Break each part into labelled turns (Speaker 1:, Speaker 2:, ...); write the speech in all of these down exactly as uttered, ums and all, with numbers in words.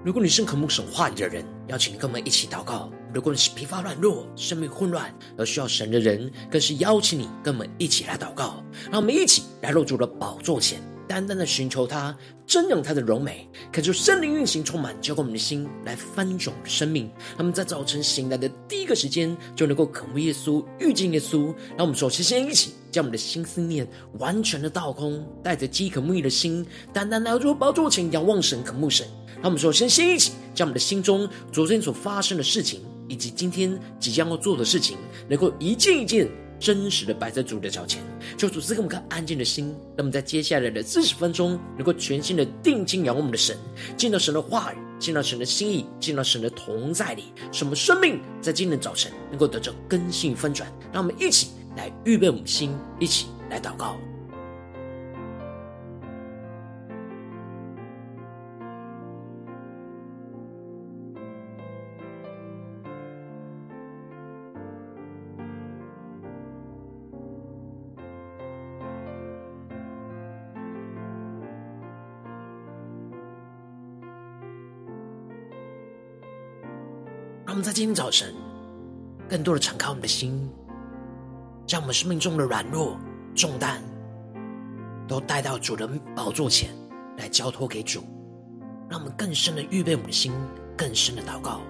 Speaker 1: 如果你是渴慕神话语的人，邀请你跟我们一起祷告。如果你是疲乏软弱、生命混乱而需要神的人，更是邀请你跟我们一起来祷告。让我们一起来入主的宝座前，单单的寻求他，瞻仰他的荣美，恳求圣灵运行充满，浇灌我们的心，来翻转我们的生命。他们在早晨醒来的第一个时间，就能够渴慕耶稣，遇见耶稣。让我们首先先一起将我们的心思念完全的倒空，带着饥渴慕义的心，单单来入宝座前，仰望神，渴慕神。让我们首先先一起将我们的心中昨天所发生的事情，以及今天即将要做的事情，能够一件一件真实的摆在主的脚前，求主赐给我们个安静的心，让我们在接下来的四十分钟，能够全心的定睛仰望我们的神，见到神的话语，见到神的心意，见到神的同在里，使我们生命在今天早晨能够得到更新翻转。让我们一起来预备我们的心，一起来祷告。让我们在今天早晨更多的敞开我们的心，将我们生命中的软弱重担都带到主的宝座前来交托给主，让我们更深的预备我们的心，更深的祷告。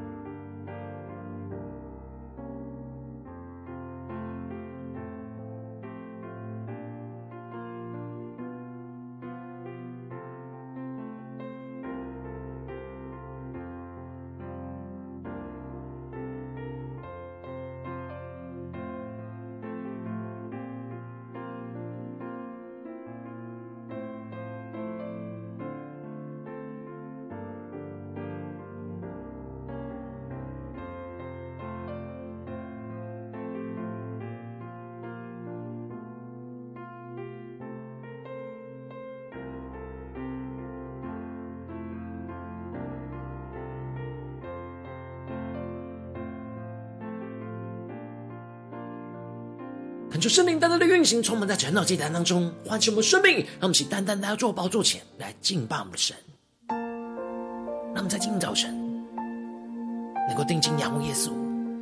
Speaker 1: 恳求圣灵单单的运行，充满在晨祷祭坛当中，唤醒我们生命，让我们一起单单来到主宝座前来敬拜我们的神。让我们在今天早晨能够定睛仰望耶稣，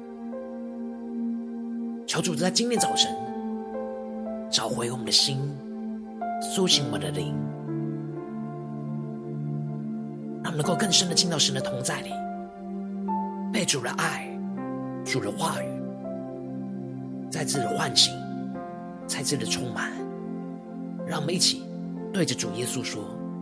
Speaker 1: 求主在今天早晨找回我们的心，苏醒我们的灵，让我们能够更深的进到神的同在里，被主的爱、主的话语再次的唤醒，再次的充满。让我们一起对着主耶稣说：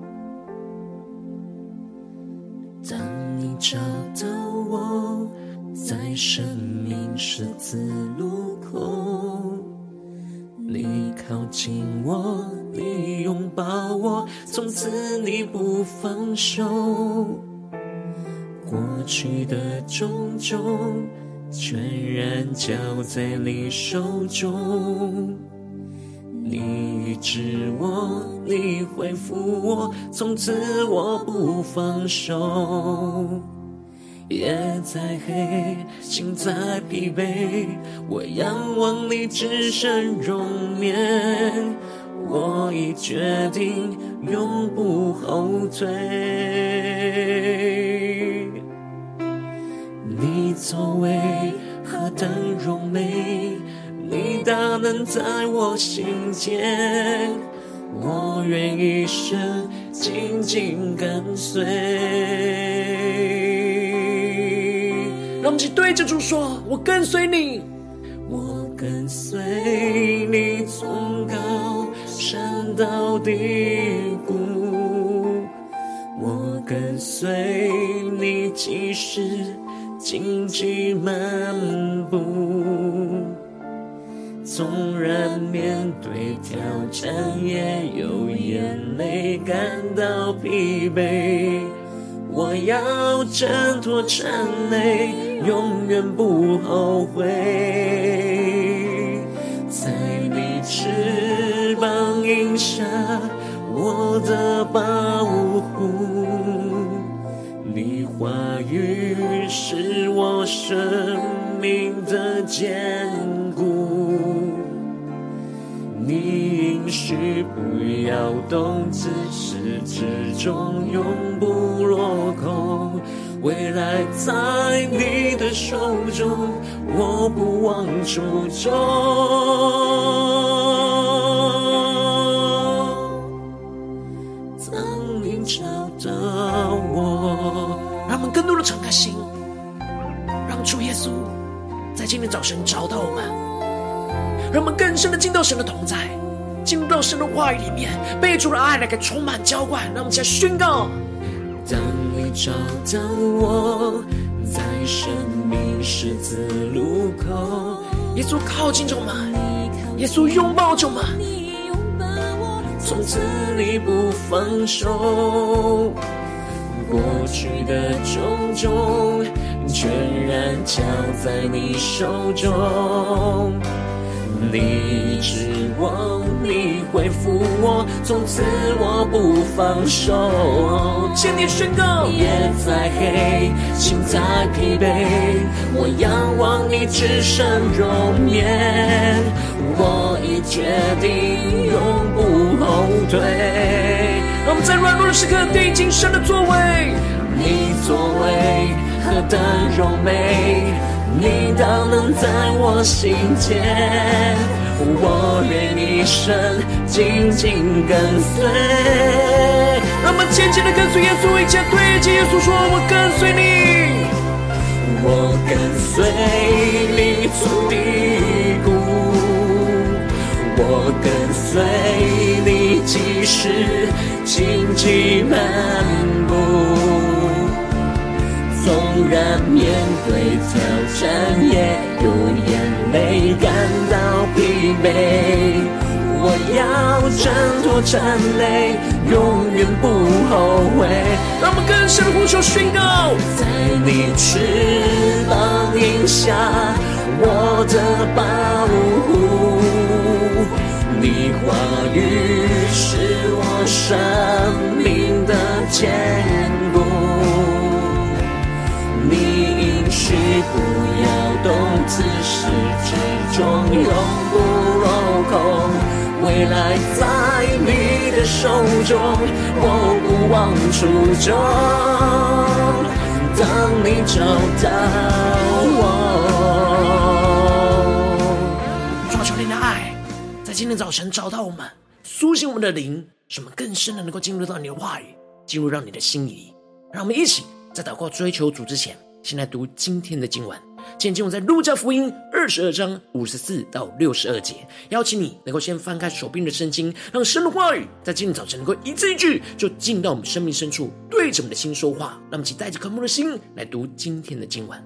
Speaker 2: 当你找到我，在生命十字路口，你靠近我，你拥抱我，从此你不放手。过去的种种全然交在你手中，你医治我，你恢复我，从此我不放手。夜再黑，心再疲惫，我仰望你至圣容颜，我已决定永不后退。你作为何等荣美，你大能在我心间，我愿一生紧紧跟随。
Speaker 1: 让我们一起对着主说：我跟随你，
Speaker 2: 我跟随你，从高山到低谷，我跟随你，即使荆棘漫步，纵然面对挑战，也有眼泪感到疲惫。我要挣脱尘累，永远不后悔。在你翅膀荫下，我的保护，你话语是我生命的坚固，你引应许不要动，自始至终永不落空。未来在你的手中，我不忘初衷。当你找到我，
Speaker 1: 让我们更多的敞开心，让主耶稣在今天早晨找到我们，让我们更深的进到神的同在，进入到神的话语里面，被主的爱来给充满浇灌。让我们一起来宣告：
Speaker 2: 当你找到我，在生命十字路口，
Speaker 1: 耶稣靠近着我们，耶稣拥抱着我们，
Speaker 2: 从此你不放手，过去的种种全然交在你手中。你指望你恢复我，从此我不放手。
Speaker 1: 坚定宣告：
Speaker 2: 夜再黑，心再疲惫，我仰望你至圣容颜。我已决定永不后退。
Speaker 1: 让我们在软弱的时刻定睛神的作为，
Speaker 2: 你作为何等柔美，你当能在我心间，我愿一生紧紧跟随。
Speaker 1: 让我们渐渐的跟随耶稣，一起对着耶稣说：我跟随你，
Speaker 2: 我跟随你足底骨，我跟随你即使荆棘漫步。纵然面对挑战，也有眼泪感到疲惫，我要挣脱战累，永远不后悔。
Speaker 1: 让我们更深的呼求宣告：
Speaker 2: 在你翅膀荫下，我的保护，你话语是我生命的坚固。你应许不要动，自始至终永不落空。未来在你的手中，我不忘初衷。当你找到我，
Speaker 1: 主啊，求你的爱在今天早晨找到我们，苏醒我们的灵，使我们更深的能够进入到你的话语，进入到你的心里。让我们一起在祷告追求主之前，先来读今天的经文。今天经文在路加福音二十二章五十四到六十二节。邀请你能够先翻开手边的圣经，让神的话语在今天早晨能够一字一句就进到我们生命深处，对着我们的心说话。让我们一起带着渴慕的心来读今天的经文。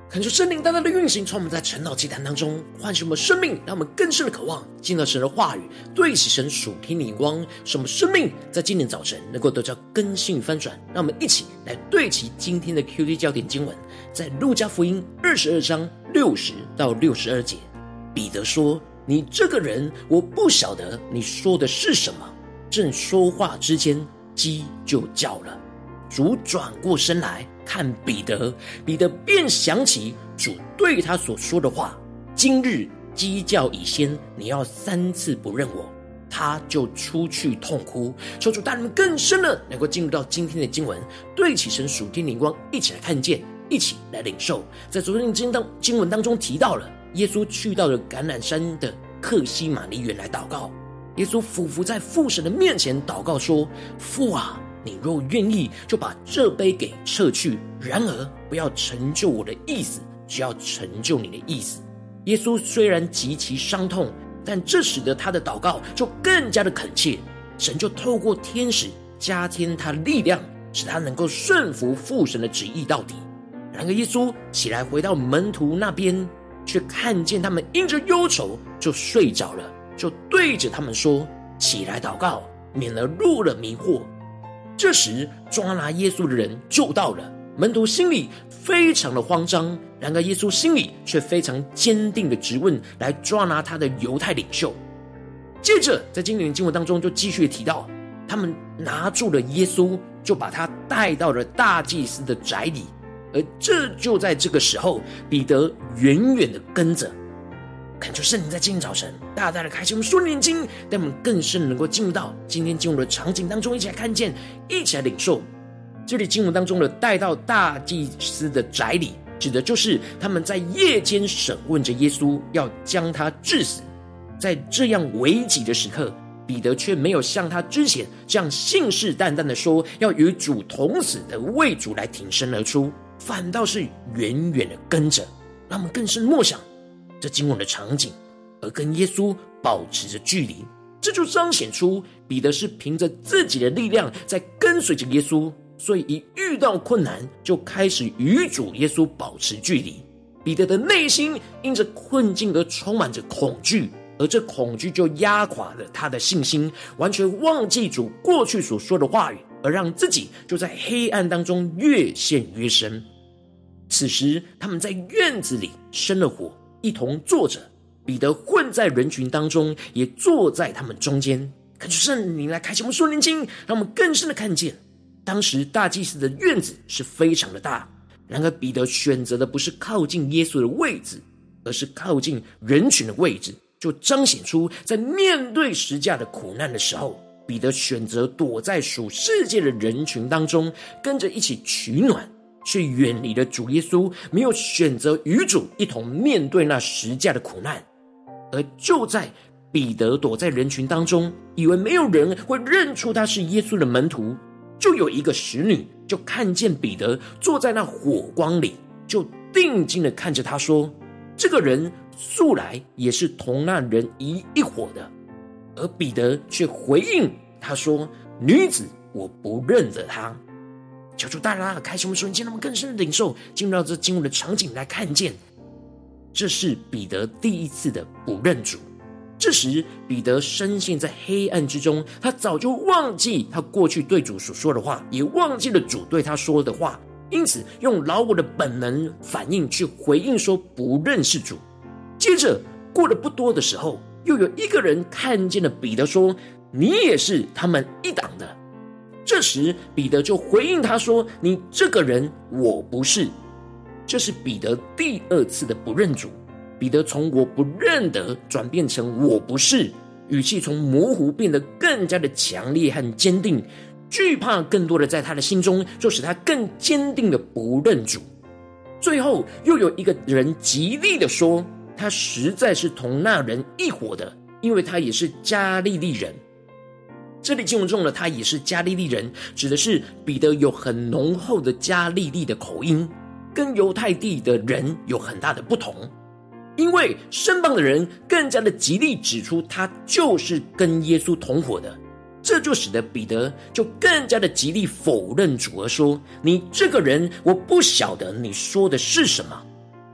Speaker 1: 恳求圣灵大大的运行，从我们在晨祷祭坛当中唤醒我们生命，让我们更深的渴望进到神的话语，对齐神属天的眼光，使我们生命在今天早晨能够得到更新与翻转。让我们一起来对齐今天的 Q T 焦点经文，在路加福音二十二章六十到六十二节。彼得说：你这个人，我不晓得你说的是什么。正说话之间，鸡就叫了。主转过身来看彼得，彼得便想起主对他所说的话：今日鸡叫以先，你要三次不认我。他就出去痛哭。求主带领更深的能够进入到今天的经文，对齐神属天灵光，一起来看见，一起来领受。在昨天的经文当中提到了耶稣去到了橄榄山的客西马尼园来祷告。耶稣俯伏在父神的面前祷告说：父啊，你若愿意，就把这杯给撤去，然而不要成就我的意思，只要成就你的意思。耶稣虽然极其伤痛，但这使得他的祷告就更加的恳切。神就透过天使加添他力量，使他能够顺服父神的旨意到底。然而耶稣起来回到门徒那边，却看见他们因着忧愁就睡着了，就对着他们说：起来祷告，免得入了迷惑。这时抓拿耶稣的人就到了，门徒心里非常的慌张，然而耶稣心里却非常坚定的质问来抓拿他的犹太领袖。接着在今年经文当中就继续提到，他们拿住了耶稣，就把他带到了大祭司的宅里。而这就在这个时候，彼得远远的跟着。恳求圣灵在今天早晨大大的开启我们属灵眼睛，带我们更深能够进入到今天经文的场景当中，一起来看见，一起来领受。这里经文当中的带到大祭司的宅里，指的就是他们在夜间审问着耶稣，要将他治死。在这样危急的时刻，彼得却没有像他之前这样信誓旦旦的说要与主同死的为主来挺身而出，反倒是远远的跟着，让我们更深默想这经文的场景，而跟耶稣保持着距离。这就彰显出彼得是凭着自己的力量在跟随着耶稣，所以一遇到困难就开始与主耶稣保持距离。彼得的内心因着困境而充满着恐惧，而这恐惧就压垮了他的信心，完全忘记主过去所说的话语，而让自己就在黑暗当中越陷越深。此时他们在院子里生了火，一同坐着，彼得混在人群当中，也坐在他们中间。恳求圣灵来开启我们属灵眼睛，让我们更深的看见，当时大祭司的院子是非常的大，然而彼得选择的不是靠近耶稣的位置，而是靠近人群的位置，就彰显出在面对十架的苦难的时候，彼得选择躲在属世界的人群当中，跟着一起取暖，却远离了主耶稣，没有选择与主一同面对那十架的苦难。而就在彼得躲在人群当中，以为没有人会认出他是耶稣的门徒，就有一个使女就看见彼得坐在那火光里，就定睛的看着他说：这个人素来也是同那人一一伙的。而彼得却回应他说：女子，我不认得他。求主大大的开启我们属灵眼睛，让我们更深的领受进入到这经文的场景来看见，这是彼得第一次的不认主。这时彼得深陷在黑暗之中，他早就忘记他过去对主所说的话，也忘记了主对他说的话，因此用老我的本能反应去回应说不认识主。接着过了不多的时候，又有一个人看见了彼得说：你也是他们一党的。这时彼得就回应他说：你这个人我不是。这是彼得第二次的不认主。彼得从我不认得转变成我不是，语气从模糊变得更加的强烈和坚定，惧怕更多的在他的心中，就使他更坚定的不认主。最后又有一个人极力的说，他实在是同那人一伙的，因为他也是加利利人。这里经文中的他也是加利利人，指的是彼得有很浓厚的加利利的口音，跟犹太地的人有很大的不同。因为身旁的人更加的极力指出他就是跟耶稣同伙的，这就使得彼得就更加的极力否认主，而说：你这个人我不晓得你说的是什么。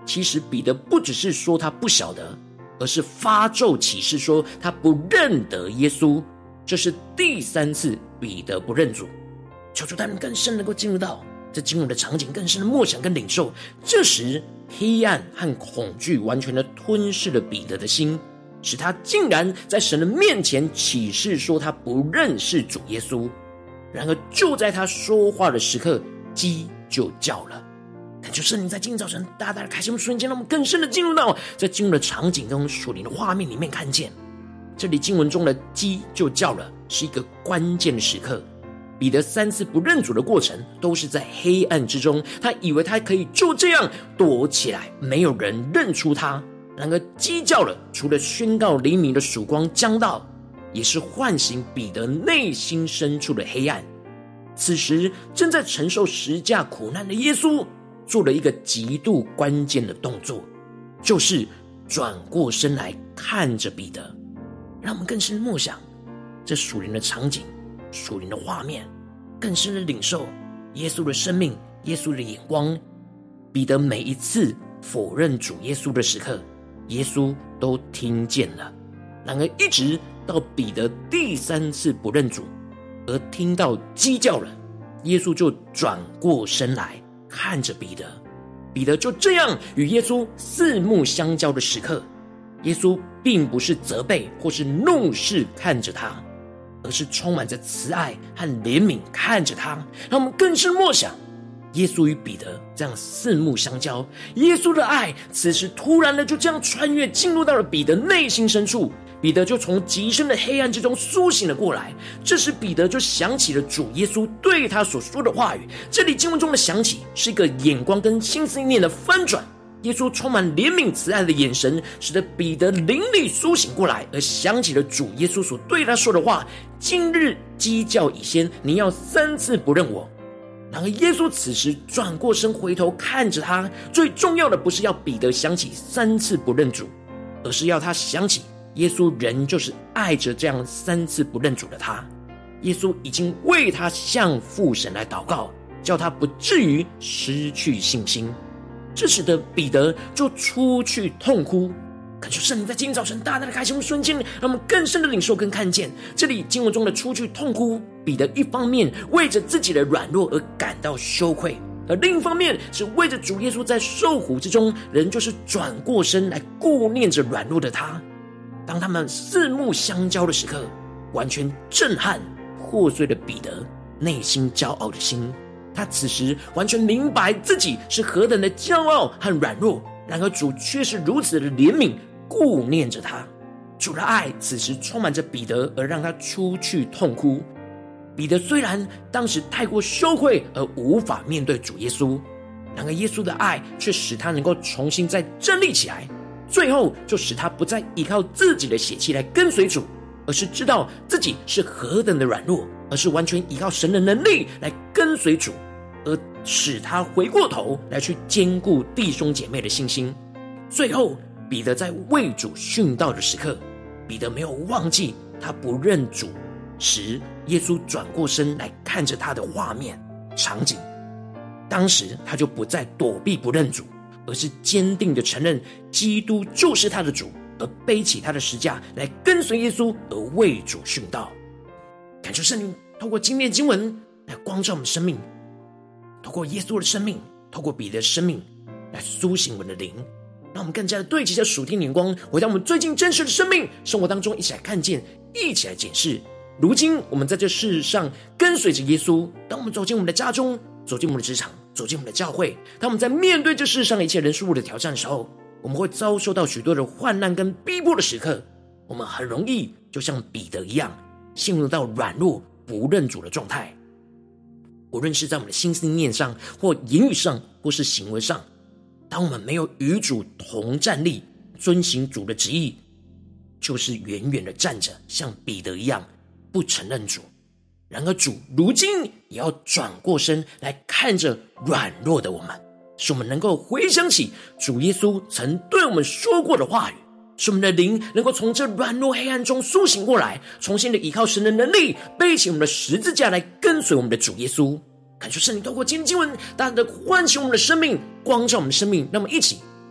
Speaker 1: 其实彼得不只是说他不晓得，而是发咒起誓说他不认得耶稣。这是第三次彼得不认主。求主他们更深能够进入到这经文的场景，更深的默想跟领受。这时黑暗和恐惧完全的吞噬了彼得的心，使他竟然在神的面前起誓说他不认识主耶稣。然而就在他说话的时刻，鸡就叫了。感谢圣灵在今天早晨大大的开启我们瞬间，让我们更深的进入到在经文的场景跟属灵的画面里面，看见这里经文中的鸡就叫了是一个关键的时刻。彼得三次不认主的过程都是在黑暗之中，他以为他可以就这样躲起来，没有人认出他。然而鸡叫了，除了宣告黎明的曙光将到，也是唤醒彼得内心深处的黑暗。此时正在承受十架苦难的耶稣做了一个极度关键的动作，就是转过身来看着彼得。让我们更深默想这属灵的场景，属灵的画面，更深的领受耶稣的生命，耶稣的眼光。彼得每一次否认主耶稣的时刻，耶稣都听见了。然而一直到彼得第三次不认主，而听到鸡叫了，耶稣就转过身来看着彼得。彼得就这样与耶稣四目相交的时刻，耶稣并不是责备或是怒视看着他，而是充满着慈爱和怜悯看着他。让我们更深默想耶稣与彼得这样四目相交，耶稣的爱此时突然的就这样穿越进入到了彼得内心深处，彼得就从极深的黑暗之中苏醒了过来。这时彼得就想起了主耶稣对他所说的话语。这里经文中的想起是一个眼光跟心思意念的翻转，耶稣充满怜悯慈爱的眼神使得彼得灵里苏醒过来，而想起了主耶稣所对他说的话：今日鸡叫以先，你要三次不认我。然而耶稣此时转过身回头看着他，最重要的不是要彼得想起三次不认主，而是要他想起耶稣仍就是爱着这样三次不认主的他。耶稣已经为他向父神来祷告，叫他不至于失去信心。这使得彼得就出去痛哭。感谢圣灵在今天早晨大大的开启我们瞬间，让我们更深的领受跟看见这里经文中的出去痛哭。彼得一方面为着自己的软弱而感到羞愧，而另一方面是为着主耶稣在受苦之中仍旧是转过身来顾念着软弱的他。当他们四目相交的时刻，完全震撼破碎了彼得内心骄傲的心。他此时完全明白自己是何等的骄傲和软弱，然而主却是如此的怜悯顾念着他。主的爱此时充满着彼得，而让他出去痛哭。彼得虽然当时太过羞愧而无法面对主耶稣，然而耶稣的爱却使他能够重新再站立起来，最后就使他不再依靠自己的血气来跟随主，而是知道自己是何等的软弱，而是完全依靠神的能力来跟随主，而使他回过头来去兼顾弟兄姐妹的信心。最后彼得在为主殉道的时刻，彼得没有忘记他不认主时耶稣转过身来看着他的画面场景。当时他就不再躲避不认主，而是坚定地承认基督就是他的主，而背起他的十架来跟随耶稣，而为主殉道。感谢圣灵透过今天的经文来光照我们生命，透过耶稣的生命，透过彼得的生命来苏醒我们的灵，让我们更加的对齐着属天眼光，回到我们最近真实的生命生活当中，一起来看见，一起来检视。如今我们在这世上跟随着耶稣，当我们走进我们的家中，走进我们的职场，走进我们的教会，当我们在面对这世上一切人事物的挑战的时候，我们会遭受到许多的患难跟逼迫的时刻。我们很容易就像彼得一样陷入到软弱不认主的状态，无论是在我们的心思念上，或言语上，或是行为上，当我们没有与主同站立，遵行主的旨意，就是远远的站着，像彼得一样不承认主。然而主如今也要转过身来看着软弱的我们，使我们能够回想起主耶稣曾对我们说过的话语，使我们的灵能够从这软弱黑暗中苏醒过来，重新的依靠神的能力，背起我们的十字架来跟随我们的主耶稣。感谢圣灵透过今天经文大大的唤醒我们的生命，光照我们的生命。让我们一起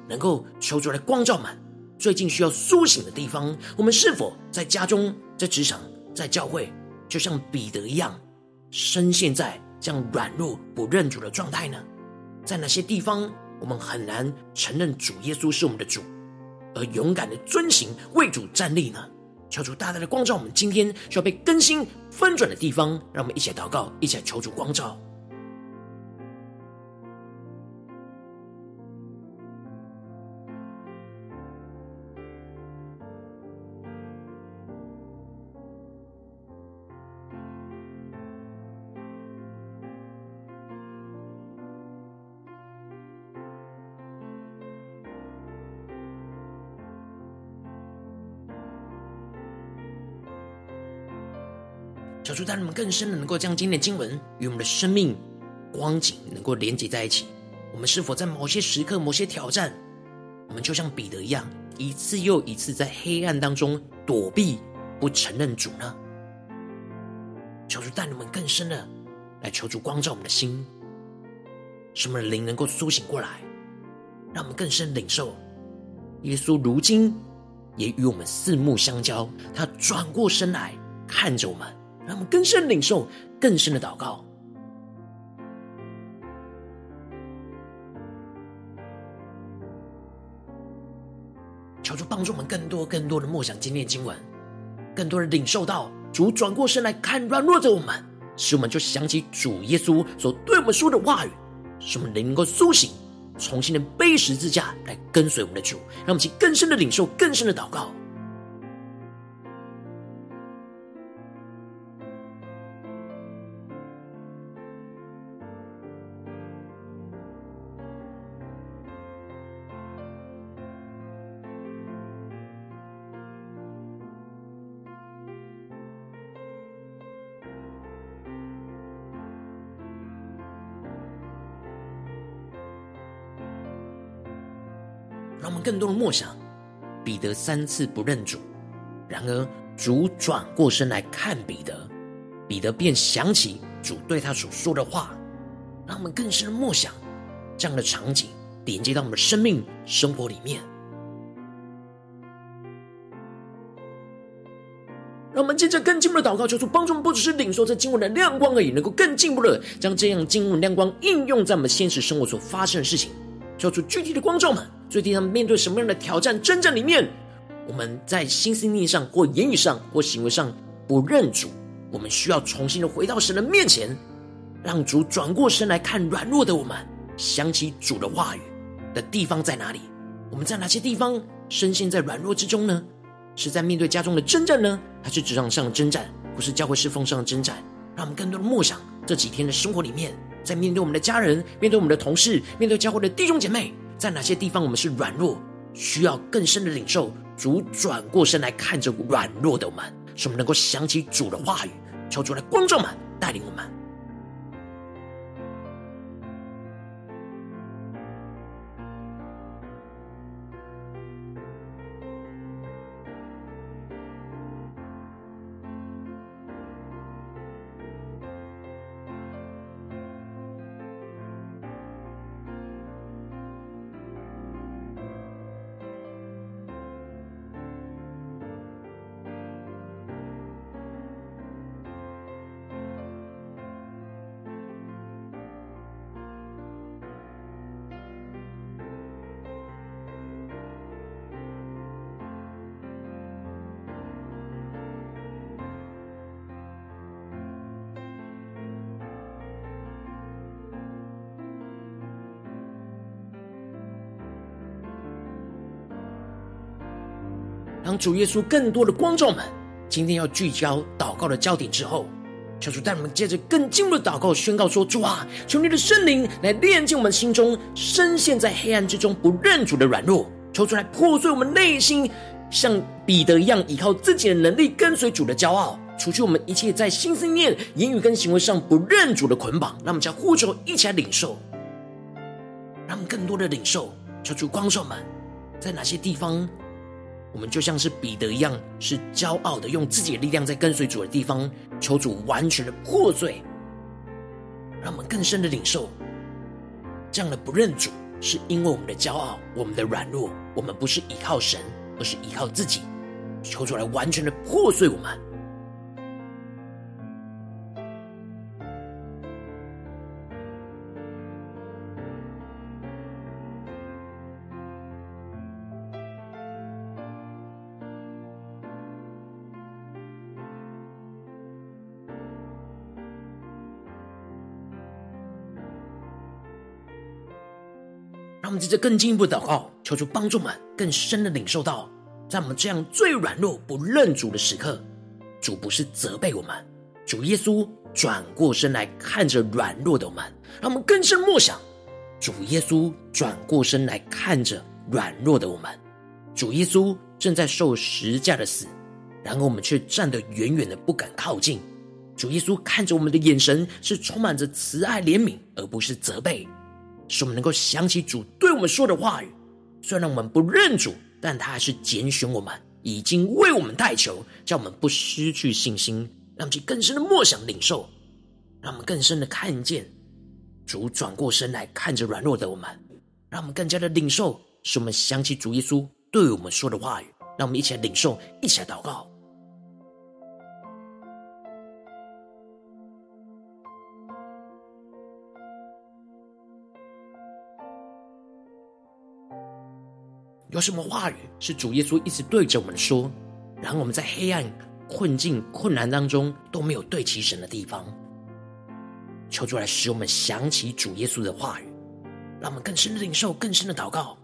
Speaker 1: 能够求主来光照满最近需要苏醒的地方。我们是否在家中、在职场、在教会，就像彼得一样，深陷在这样软弱不认主的状态呢？在哪些地方我们很难承认主耶稣是我们的主，而勇敢的遵行为主站立呢？求主大大的光照我们今天需要被更新翻转的地方，让我们一起来祷告，一起来求主光照。求主带领我们更深的能够将今天的经文与我们的生命光景能够连接在一起。我们是否在某些时刻、某些挑战，我们就像彼得一样，一次又一次在黑暗当中躲避，不承认主呢？求主带领我们更深的来求主光照我们的心，使我们的灵能够苏醒过来，让我们更深领受耶稣如今也与我们四目相交，他转过身来看着我们，让我们更深领受更深的祷告。求主帮助我们更多更多的默想今天的经文，更多的领受到主转过身来看软弱的我们，使我们就想起主耶稣所对我们说的话语，使我们能够苏醒，重新的背十字架来跟随我们的主，让我们去更深的领受更深的祷告。让我们更多的默想彼得三次不认主，然而主转过身来看彼得，彼得便想起主对他所说的话。让我们更深的默想这样的场景，连接到我们的生命生活里面。让我们接着更进一步的祷告，求主帮助我们不只是领受这经文的亮光而已，能够更进一步的将这样经文亮光应用在我们现实生活所发生的事情。求主具体的光照们，最近他们面对什么样的挑战征战里面，我们在心思念上或言语上或行为上不认主，我们需要重新的回到神的面前，让主转过身来看软弱的我们，想起主的话语的地方在哪里？我们在哪些地方深陷在软弱之中呢？是在面对家中的征战呢，还是职场上的征战，或是教会侍奉上的征战？让我们更多的默想这几天的生活里面，在面对我们的家人，面对我们的同事，面对教会的弟兄姐妹，在哪些地方我们是软弱，需要更深的领受主转过身来看着软弱的我们，使我们能够想起主的话语，求主来光照我们，带领我们。当主耶稣更多的光照们，今天要聚焦祷告的焦点之后，求主带我们接着更进一步的祷告，宣告说：主啊，求你的圣灵来炼净我们心中深陷在黑暗之中不认主的软弱，求主来破碎我们内心像彼得一样依靠自己的能力跟随主的骄傲，除去我们一切在心思念、言语跟行为上不认主的捆绑。让我们将呼求一起来领受，让我们更多的领受，求主光照们，在哪些地方我们就像是彼得一样，是骄傲的用自己的力量在跟随主的地方，求主完全的破碎，让我们更深的领受这样的不认主是因为我们的骄傲，我们的软弱，我们不是依靠神，而是依靠自己。求主来完全的破碎我们。让我们接着更进一步的祷告，求主帮助我们更深的领受到，在我们这样最软弱不认主的时刻，主不是责备我们，主耶稣转过身来看着软弱的我们。让我们更深默想，主耶稣转过身来看着软弱的我们，主耶稣正在受十架的死，然而我们却站得远远的不敢靠近。主耶稣看着我们的眼神是充满着慈爱怜悯，而不是责备，使我们能够想起主对我们说的话语。虽然我们不认主，但他还是拣选我们，已经为我们代求，叫我们不失去信心。让我们更深的默想领受，让我们更深的看见主转过身来看着软弱的我们，让我们更加的领受，使我们想起主耶稣对我们说的话语。让我们一起来领受，一起来祷告。有什么话语是主耶稣一直对着我们说，然后我们在黑暗、困境、困难当中都没有对齐神的地方？求主来使我们想起主耶稣的话语，让我们更深的领受，更深的祷告。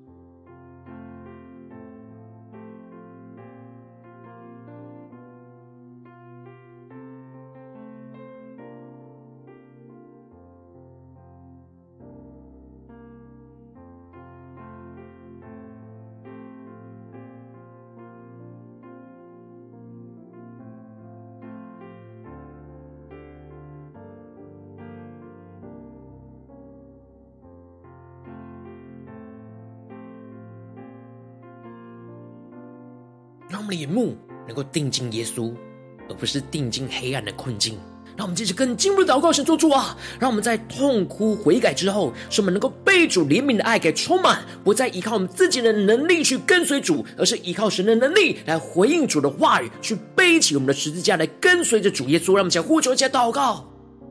Speaker 1: 让我们的眼目能够定睛耶稣，而不是定睛黑暗的困境。让我们接着更进一步的祷告，神做主啊，让我们在痛哭悔改之后，使我们能够被主怜悯的爱给充满，不再依靠我们自己的能力去跟随主，而是依靠神的能力来回应主的话语，去背起我们的十字架来跟随着主耶稣。让我们一起来呼求，一起来祷告，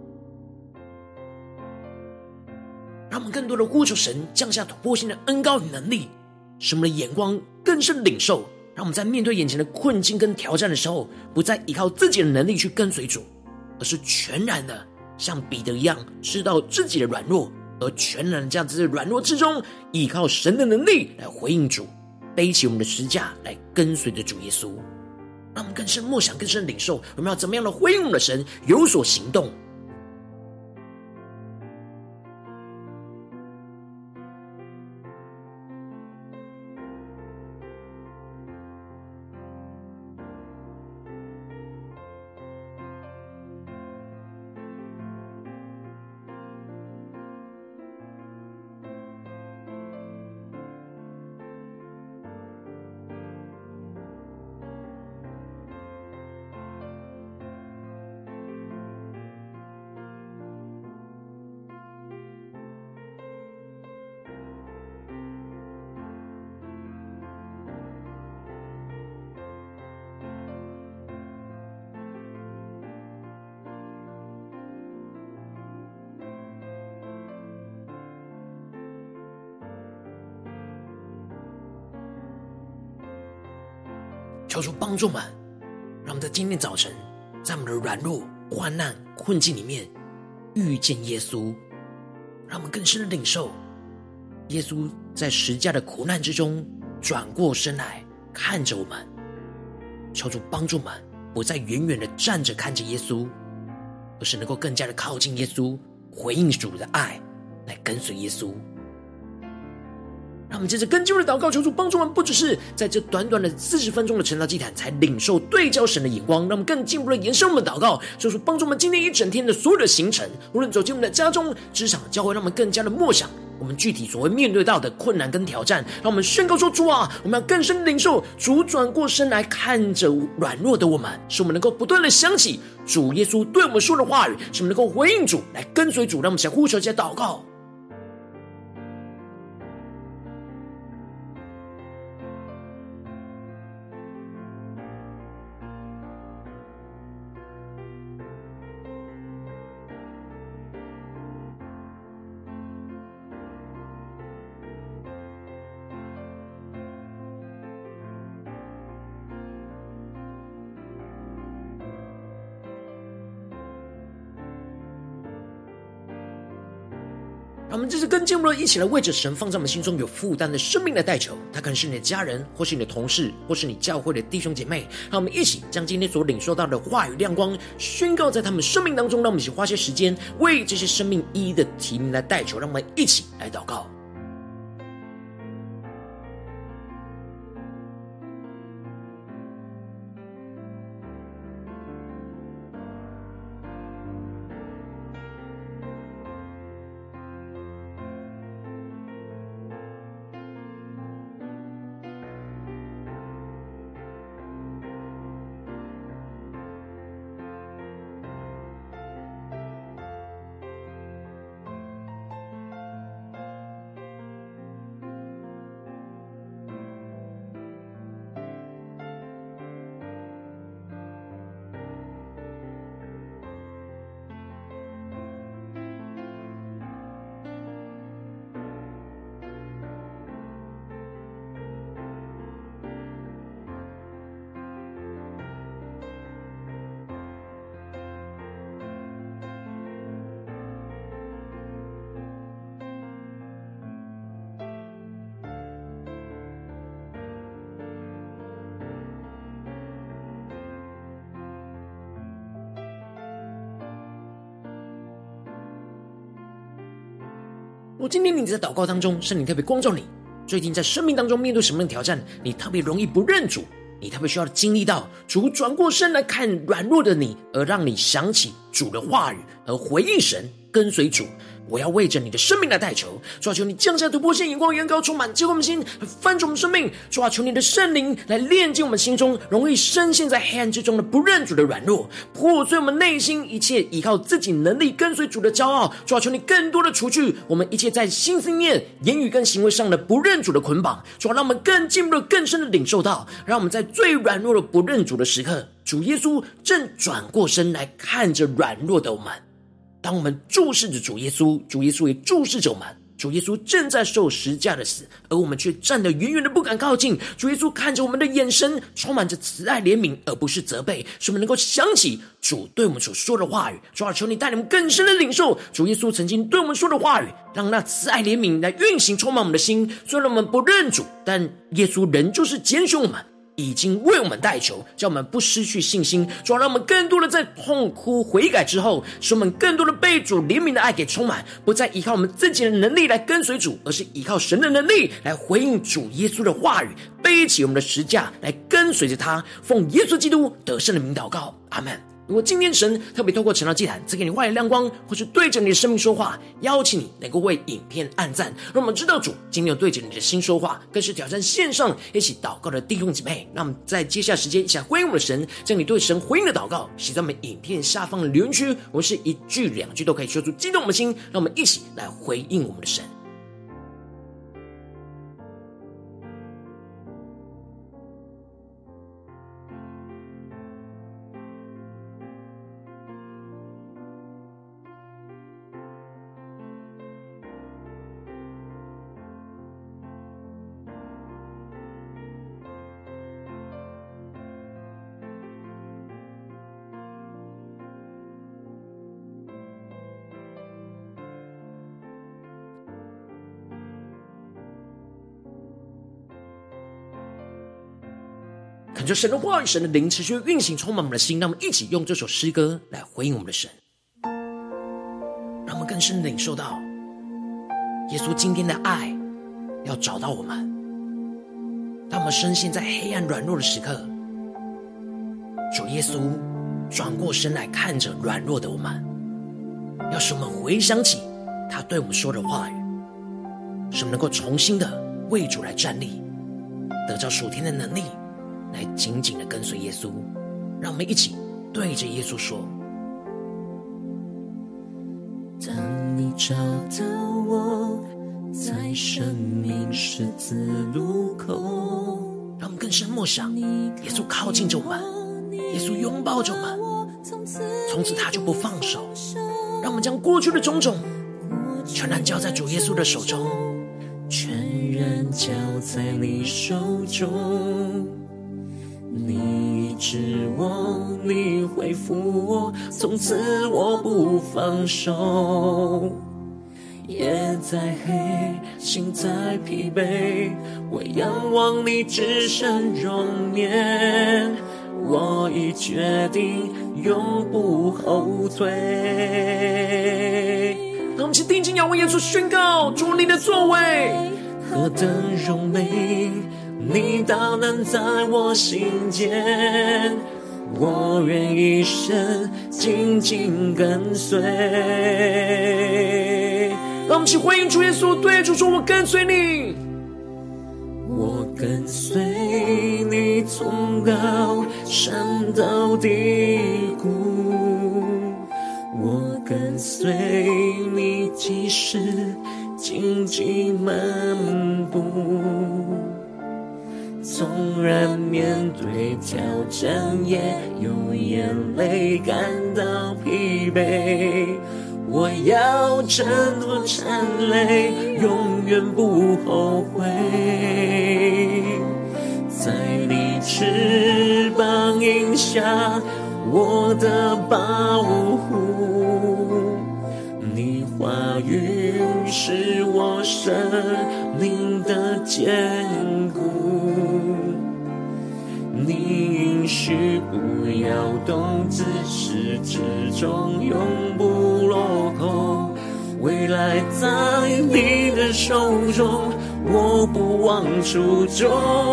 Speaker 1: 让我们更多的呼求神降下突破性的恩膏与能力，使我们的眼光更深领受，让我们在面对眼前的困境跟挑战的时候，不再依靠自己的能力去跟随主，而是全然的像彼得一样知道自己的软弱，而全然的这样子在软弱之中依靠神的能力来回应主，背起我们的十字架来跟随着主耶稣。让我们更深默想，更深领受我们要怎么样的回应我们的神，有所行动。求主帮助我们，让我们在今天早晨，在我们的软弱、患难、困境里面遇见耶稣，让我们更深的领受耶稣在十架的苦难之中转过身来看着我们。求主帮助我们，不再远远的站着看着耶稣，而是能够更加的靠近耶稣，回应主的爱，来跟随耶稣。让我们接着更进一步的祷告，求主帮助我们，不只是在这短短的四十分钟的晨祷祭坛才领受对焦神的眼光，让我们更进一步的延伸我们的祷告，求主帮助我们今天一整天的所有的行程，无论走进我们的家中、职场、教会，让我们更加的默想我们具体所会面对到的困难跟挑战。让我们宣告说，主啊，我们要更深领受主转过身来看着软弱的我们，使我们能够不断的想起主耶稣对我们说的话语，使我们能够回应主，来跟随主。让我们想呼求一下祷告。 让我们这次更进一步的一起来为着神放在我们心中有负担的生命来代求，他可能是你的家人，或是你的同事，或是你教会的弟兄姐妹。让我们一起将今天所领受到的话语亮光宣告在他们生命当中，让我们一起花些时间为这些生命一一的提名来代求。让我们一起来祷告。如果今天你在祷告当中，圣灵特别光照你，最近在生命当中面对什么样的挑战，你特别容易不认主，你特别需要经历到主转过身来看软弱的你，而让你想起主的话语，而回应神，跟随主。我要为着你的生命来代求，主啊，求你降下突破线眼光，远高充满，浇灌我们心，翻转我们生命。主啊，求你的圣灵来炼净我们心中容易深陷在黑暗之中的不认主的软弱，破碎我们内心一切依靠自己能力跟随主的骄傲。主啊，求你更多的除去我们一切在心思念、言语跟行为上的不认主的捆绑。主啊，让我们更进一步的、更深的领受到，让我们在最软弱的不认主的时刻，主耶稣正转过身来看着软弱的我们。当我们注视着主耶稣，主耶稣也注视着我们。主耶稣正在受十架的死，而我们却站得远远的不敢靠近。主耶稣看着我们的眼神充满着慈爱怜悯，而不是责备，使我们能够想起主对我们所说的话语。主啊，求你带领我们更深的领受主耶稣曾经对我们说的话语，让那慈爱怜悯来运行充满我们的心。虽然我们不认主，但耶稣仍旧是拣选我们，已经为我们代求，叫我们不失去信心。主啊，让我们更多的在痛哭悔改之后，使我们更多的被主怜悯的爱给充满，不再依靠我们自己的能力来跟随主，而是依靠神的能力来回应主耶稣的话语，背起我们的十架来跟随着他。奉耶稣基督得胜的名祷告，阿们。如果今天神特别透过晨祷祭坛赐给你话语亮光，或是对着你的生命说话，邀请你能够为影片按赞，让我们知道主今天有对着你的心说话，更是挑战线上一起祷告的弟兄姐妹。让我们在接下来时间一起来回应我们的神，将你对神回应的祷告写在我们影片下方的留言区，我们是一句两句都可以说出激动我们的心，让我们一起来回应我们的神。恳求神的话语、神的灵持续运行充满我们的心，让我们一起用这首诗歌来回应我们的神，让我们更深领受到耶稣今天的爱要找到我们。当我们深陷在黑暗软弱的时刻，主耶稣转过身来看着软弱的我们，要使我们回想起他对我们说的话语，使我们能够重新的为主来站立，得着属天的能力，来紧紧的跟随耶稣。让我们一起对着耶稣说，
Speaker 2: 当你找到我在生命十字路口，
Speaker 1: 让我们更深默想耶稣靠近着我们，耶稣拥抱着我们，从此他就不放手。让我们将过去的种种全然交在主耶稣的手中，
Speaker 2: 全然交在你手中。你医治我，你恢复我，从此我不放手。 夜再黑，心再疲惫，我仰望你至圣容颜，我已决定永不后退。
Speaker 1: 让我们一起定睛仰望耶稣，宣告主你的作为
Speaker 2: 何等荣美，你大能在我心间，我愿一生紧紧跟随。
Speaker 1: 让我们一起回应主耶稣，对主说：我跟随你，
Speaker 2: 我跟随你从高山到低谷，我跟随你即使荆棘漫步，纵然面对挑战也有眼泪感到疲惫，我要挣脱缠累，永远不后悔。在你翅膀荫下，我的保护，你话语是我生命的坚固，你允许不要动，自始至终永不落空，未来在你的手中，我不忘初衷。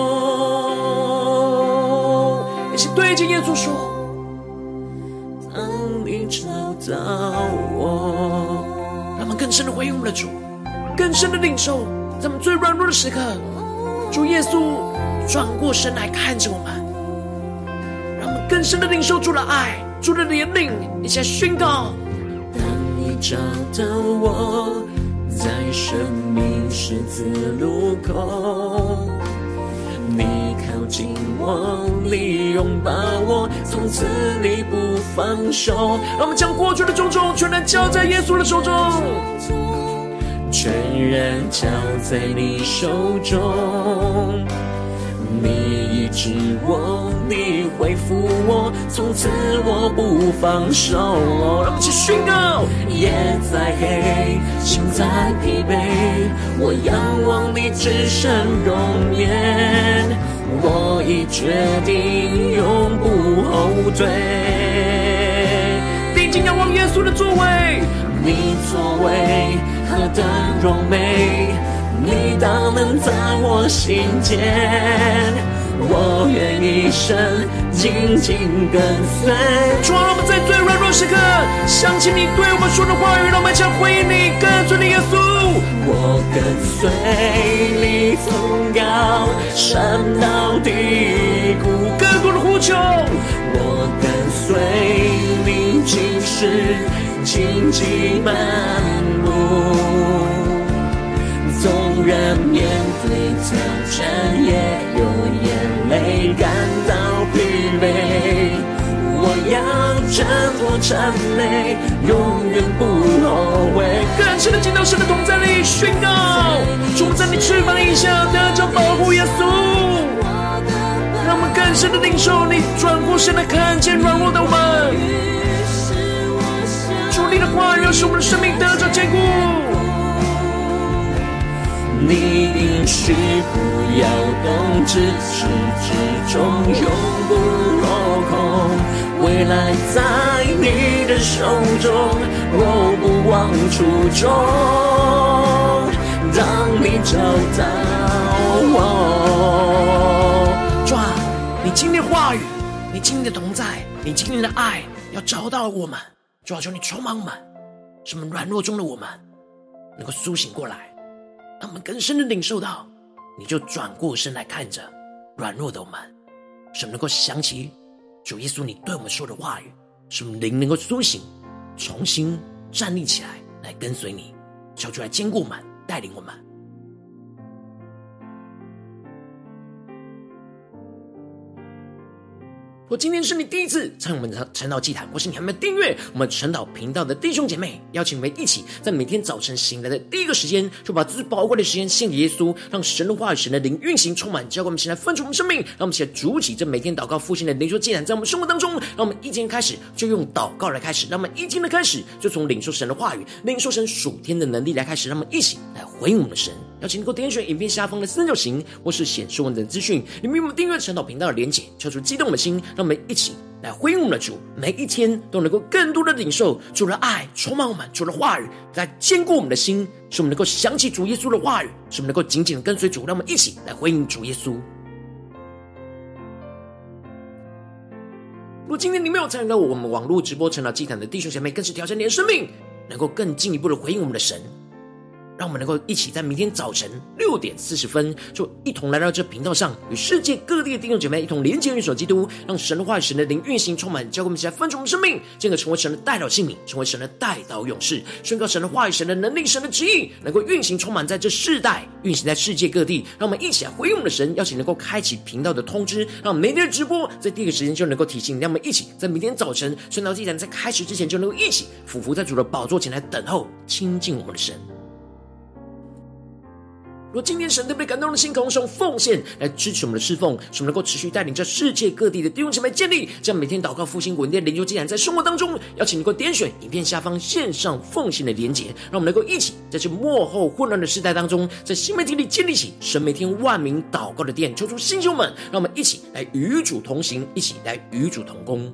Speaker 1: 一起对着耶稣说：
Speaker 2: 当你找到我，
Speaker 1: 让我们更深的回应我们的主，更深的领受，在我们最软弱的时刻，主耶稣转过身来看着我们，让我们更深的领受主的爱，主的怜悯，一起来宣告：
Speaker 2: 当你找到我，在生命十字路口，你靠近我，你拥抱我，从此你不放手。
Speaker 1: 让我们将过去的种种全然交在耶稣的手中，
Speaker 2: 全然交在你手中，你医治我，你恢复我，从此我不放手。
Speaker 1: 让我们一起宣告：
Speaker 2: 夜再黑，心再疲惫，我仰望你至圣容颜，我已决定永不后退。
Speaker 1: 定睛仰望耶稣的作为，
Speaker 2: 你作为何等荣美，你大能在我心间，我愿一生紧紧跟随。
Speaker 1: 主啊，让我们在最软弱时刻想起你对我们说的话语，让我们将回应你，跟随你耶稣。
Speaker 2: 我跟随你从高山到低谷，
Speaker 1: 更多的呼求。
Speaker 2: 我跟随你即使荆棘漫步，纵然面对挑战也有眼泪感到疲惫，我要挣脱缠累，永远不后悔。
Speaker 1: 更深的进到神的同在里宣告：主在你翅膀以下得着保护耶稣。让我们更深的领受你转过身来看见软弱的我们，主你的话语使我们的生命得着坚固。
Speaker 2: 你允许不要动，自始至终永不落空，未来在你的手中，我不忘初衷。当你找到我，
Speaker 1: 主啊，你今天的话语，你今天的同在，你今天的爱要找到我们。主啊，求你充满我们，使我们软弱中的我们能够苏醒过来，让我们更深的领受到，你就转过身来看着软弱的我们，使我们能够想起主耶稣你对我们说的话语，使我们灵能够苏醒，重新站立起来，来跟随你，求主来坚固我们，带领我们。 或今天是你第一次参与我们的晨祷祭坛，或是你还没有订阅我们晨祷频道的弟兄姐妹，邀请你们一起在每天早晨醒来的第一个时间，就把最宝贵的时间献给耶稣，让神的话语、神的灵运行充满，教灌我们起来分出我们生命，让我们起来主起这每天祷告复兴的灵修祭坛，在我们生活当中，让我们一天开始就用祷告来开始，让我们一天的开始就从领受神的话语、领受神属天的能力来开始，让我们一起来回应我们的神。邀请你能够点选影片下方的三角形，或是显示文字资讯，里面有我们订阅晨祷频道的连结，敲出激动的心，让我们一起来回应我们的主，每一天都能够更多的领受主的爱充满我们，主的话语来坚固我们的心，使我们能够想起主耶稣的话语，使我们能够紧紧的跟随主，让我们一起来回应主耶稣。如果今天你没有参与到我们网络直播晨祷祭坛的弟兄姐妹，更是挑战你的生命，能够更进一步的回应我们的神，让我们能够一起在明天早晨六点四十分，就一同来到这频道上，与世界各地的弟兄姐妹一同连接、运手基督，让神的话语、神的灵运行充满，教灌我们起来分盛我们生命，进而成为神的代祷器皿，成为神的代祷勇士，宣告神的话语、神的能力、神的旨意，能够运行充满在这世代，运行在世界各地。让我们一起来回应我们的神，邀请能够开启频道的通知，让每天的直播在第一个时间就能够提醒，让我们一起在明天早晨晨祷祭坛在开始之前，就能够一起俯伏在主的宝座前来等候亲近我们的神。若今天神特别感动的心，同时用奉献来支持我们的侍奉，使我们能够持续带领着世界各地的弟兄姐妹建立这样每天祷告复兴稳定的灵修祭坛，在生活当中，邀请你能够点选影片下方线上奉献的连结，让我们能够一起在这末后混乱的时代当中，在新媒体里建立起神每天万名祷告的殿，求主弟兄们，让我们一起来与主同行，一起来与主同工。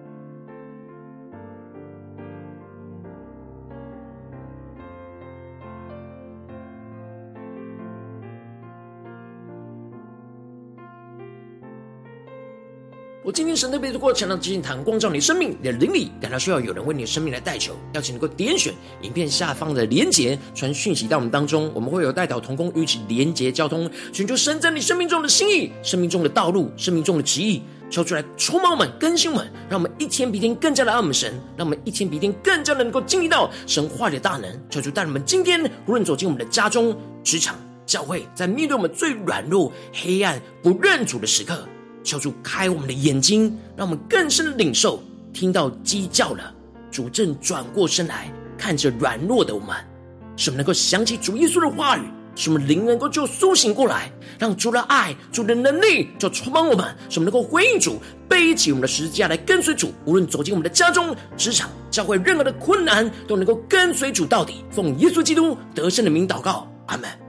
Speaker 1: 我今天神特别的过程让指引坛光照你生命，你的灵里感到需要有人为你的生命来代求，邀请能够点选影片下方的连结，传讯息到我们当中，我们会有代祷同工与其连结交通，寻求神在你生命中的心意、生命中的道路、生命中的旨意，抽出来充满我们、更新我们，让我们一天比一天更加的爱我们神，让我们一天比一天更加的能够经历到神话里的大能。求主带我们今天无论走进我们的家中、职场、教会，在面对我们最软弱、黑暗、不认主的时刻，求主开我们的眼睛，让我们更深的领受，听到鸡叫了，主正转过身来看着软弱的我们，使我们能够想起主耶稣的话语，使我们灵能够就苏醒过来，让主的爱、主的能力就充满我们，使我们能够回应主，背起我们的十字架来跟随主，无论走进我们的家中、职场、教会，任何的困难都能够跟随主到底。奉耶稣基督得胜的名祷告，阿们。